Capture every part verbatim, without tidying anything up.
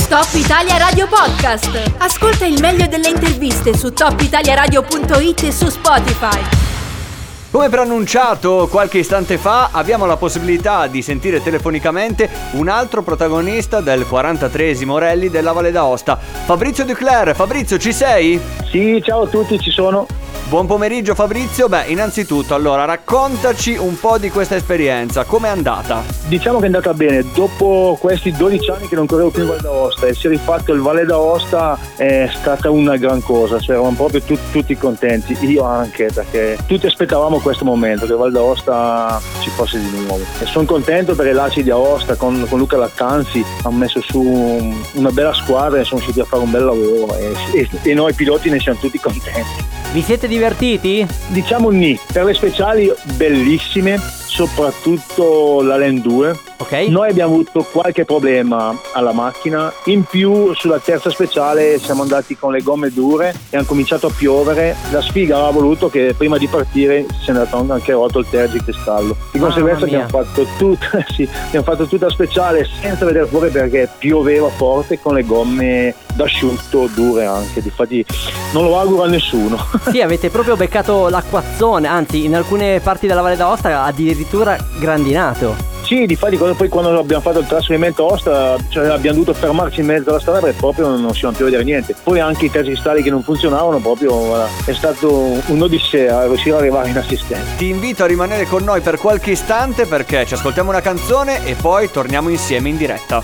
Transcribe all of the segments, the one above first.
Top Italia Radio Podcast. Ascolta il meglio delle interviste su top italia radio punto it e su Spotify. Come preannunciato qualche istante fa, abbiamo la possibilità di sentire telefonicamente un altro protagonista del quarantatreesimo Rally della Valle d'Aosta, Fabrizio Duclerc. Fabrizio, ci sei? Sì, ciao a tutti, ci sono. Buon pomeriggio Fabrizio. Beh, innanzitutto, allora, raccontaci un po' di questa esperienza, com'è andata? Diciamo che è andata bene, dopo questi dodici anni che non correvo più in Valle d'Aosta e si è rifatto il Valle d'Aosta, è stata una gran cosa, cioè eravamo proprio tut, tutti contenti, io anche, perché tutti aspettavamo questo momento, che il Valle d'Aosta ci fosse di nuovo. E sono contento perché l'A C I di Aosta con, con Luca Lattanzi hanno messo su una bella squadra e sono riusciti a fare un bel lavoro e, e, e noi piloti ne siamo tutti contenti. Vi siete divertiti? Diciamo ni, per le speciali bellissime, soprattutto la Land due. Ok. Noi abbiamo avuto qualche problema alla macchina, in più sulla terza speciale siamo andati con le gomme dure e hanno cominciato a piovere. La sfiga aveva voluto che prima di partire si è andato anche rotto il tergicristallo. Di conseguenza abbiamo fatto, tutta, sì, abbiamo fatto tutta la speciale senza vedere fuori perché pioveva forte con le gomme d'asciutto dure anche. Difatti non lo auguro a nessuno. Sì, avete proprio beccato l'acquazzone, anzi in alcune parti della Valle d'Aosta addirittura grandinato. Sì, difatti poi quando abbiamo fatto il trasferimento a Aosta, cioè, abbiamo dovuto fermarci in mezzo alla strada perché proprio non riuscivamo più a vedere niente. Poi anche i tergicristalli che non funzionavano, proprio voilà, è stato un'odissea riuscire ad arrivare in assistenza. Ti invito a rimanere con noi per qualche istante perché ci ascoltiamo una canzone e poi torniamo insieme in diretta.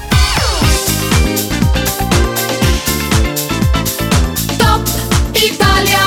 Top Italia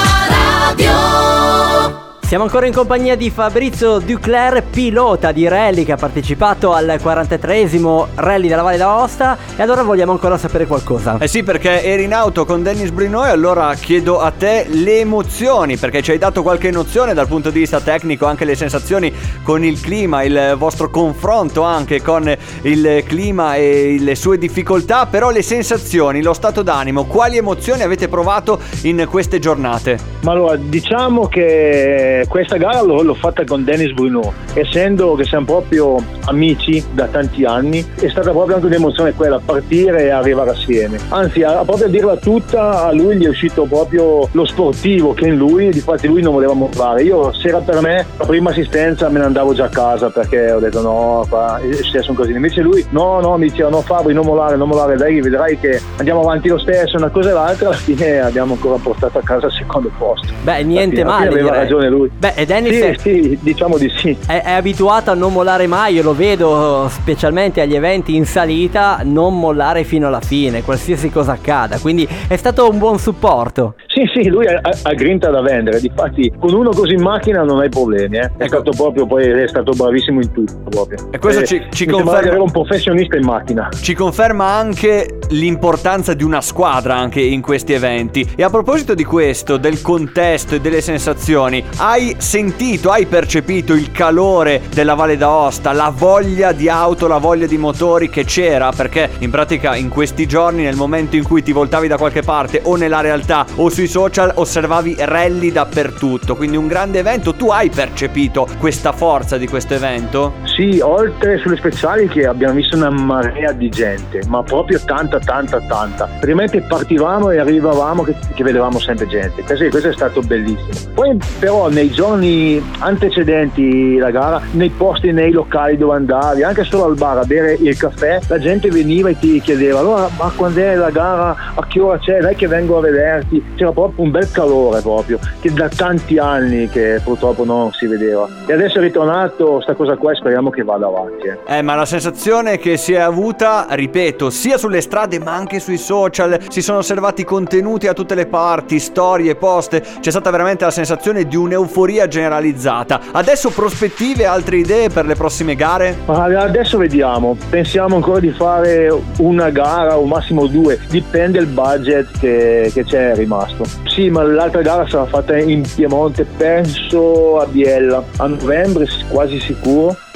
Radio. Siamo ancora in compagnia di Fabrizio Duclerc, pilota di rally che ha partecipato al quarantatreesimo Rally della Valle d'Aosta, e allora vogliamo ancora sapere qualcosa. Eh sì, perché eri in auto con Dennis Bruno e allora chiedo a te le emozioni, perché ci hai dato qualche nozione dal punto di vista tecnico, anche le sensazioni con il clima, il vostro confronto anche con il clima e le sue difficoltà, però le sensazioni, lo stato d'animo, quali emozioni avete provato in queste giornate? Ma allora, diciamo che questa gara l'ho, l'ho fatta con Dennis Bruno, essendo che siamo proprio amici da tanti anni, è stata proprio anche un'emozione quella, partire e arrivare assieme. Anzi, a, a proprio a dirla tutta, a lui gli è uscito proprio lo sportivo che in lui, difatti lui non voleva mollare. Io, se era per me, la prima assistenza me ne andavo già a casa perché ho detto no, qua è successo un così. Invece lui, no, no, mi diceva no Fabri, non mollare, non mollare, dai, vedrai che andiamo avanti lo stesso, una cosa e l'altra, alla fine abbiamo ancora portato a casa al secondo posto. Beh, niente alla fine, male, alla fine aveva direi. ragione lui. Beh, e Dennis sì, è, sì, diciamo di sì. è, è abituato a non mollare mai, io lo vedo specialmente agli eventi in salita, non mollare fino alla fine, qualsiasi cosa accada, quindi è stato un buon supporto. Sì, sì, lui ha, ha grinta da vendere, difatti con uno così in macchina non hai problemi, eh. È ecco. stato proprio, poi è stato bravissimo in tutto proprio. E questo eh, ci, ci mi sembra conferma di avere un professionista in macchina. Ci conferma anche l'importanza di una squadra anche in questi eventi. E a proposito di questo, del contesto e delle sensazioni, hai sentito, hai percepito il calore della Valle d'Aosta, la voglia di auto, la voglia di motori che c'era? Perché in pratica in questi giorni, nel momento in cui ti voltavi da qualche parte o nella realtà o sui social, osservavi rally dappertutto, quindi un grande evento. Tu hai percepito questa forza di questo evento? Sì, oltre sulle speciali che abbiamo visto una marea di gente, ma proprio tanta tanta tanta. Praticamente partivamo e arrivavamo che, che vedevamo sempre gente. Questo, questo è stato bellissimo. Poi però nei giorni antecedenti la gara, nei posti, nei locali dove andavi, anche solo al bar a bere il caffè, la gente veniva e ti chiedeva allora ma quando è la gara, a che ora c'è, dai che vengo a vederti. C'era proprio un bel calore proprio, che da tanti anni che purtroppo non si vedeva, e adesso è ritornato sta cosa qua e speriamo che vada avanti. eh. Eh ma la sensazione che si è avuta, ripeto, sia sulle strade ma anche sui social, si sono osservati contenuti a tutte le parti, storie, post, c'è stata veramente la sensazione di un'euforia generalizzata. Adesso prospettive, altre idee per le prossime gare? Ma adesso vediamo, pensiamo ancora di fare una gara o massimo due, dipende il budget che, che c'è rimasto. Sì, ma l'altra gara sarà fatta in Piemonte, penso a Biella, a novembre quasi sicuro.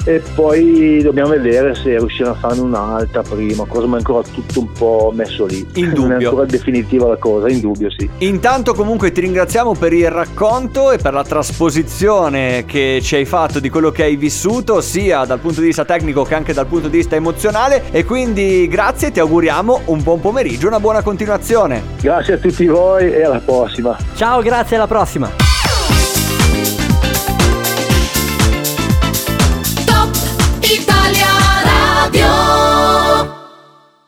e poi dobbiamo vedere se riusciamo a farne un'altra prima, cosa, ma è ancora tutto un po' messo lì. In Non è dubbio. ancora definitiva la cosa, in dubbio sì. Intanto comunque ti ringraziamo per il racconto e per la trasposizione che ci hai fatto di quello che hai vissuto, sia dal punto di vista tecnico che anche dal punto di vista emozionale, e quindi grazie, ti auguriamo un buon pomeriggio, una buona continuazione. Grazie a tutti voi e alla prossima. Ciao, grazie, alla prossima.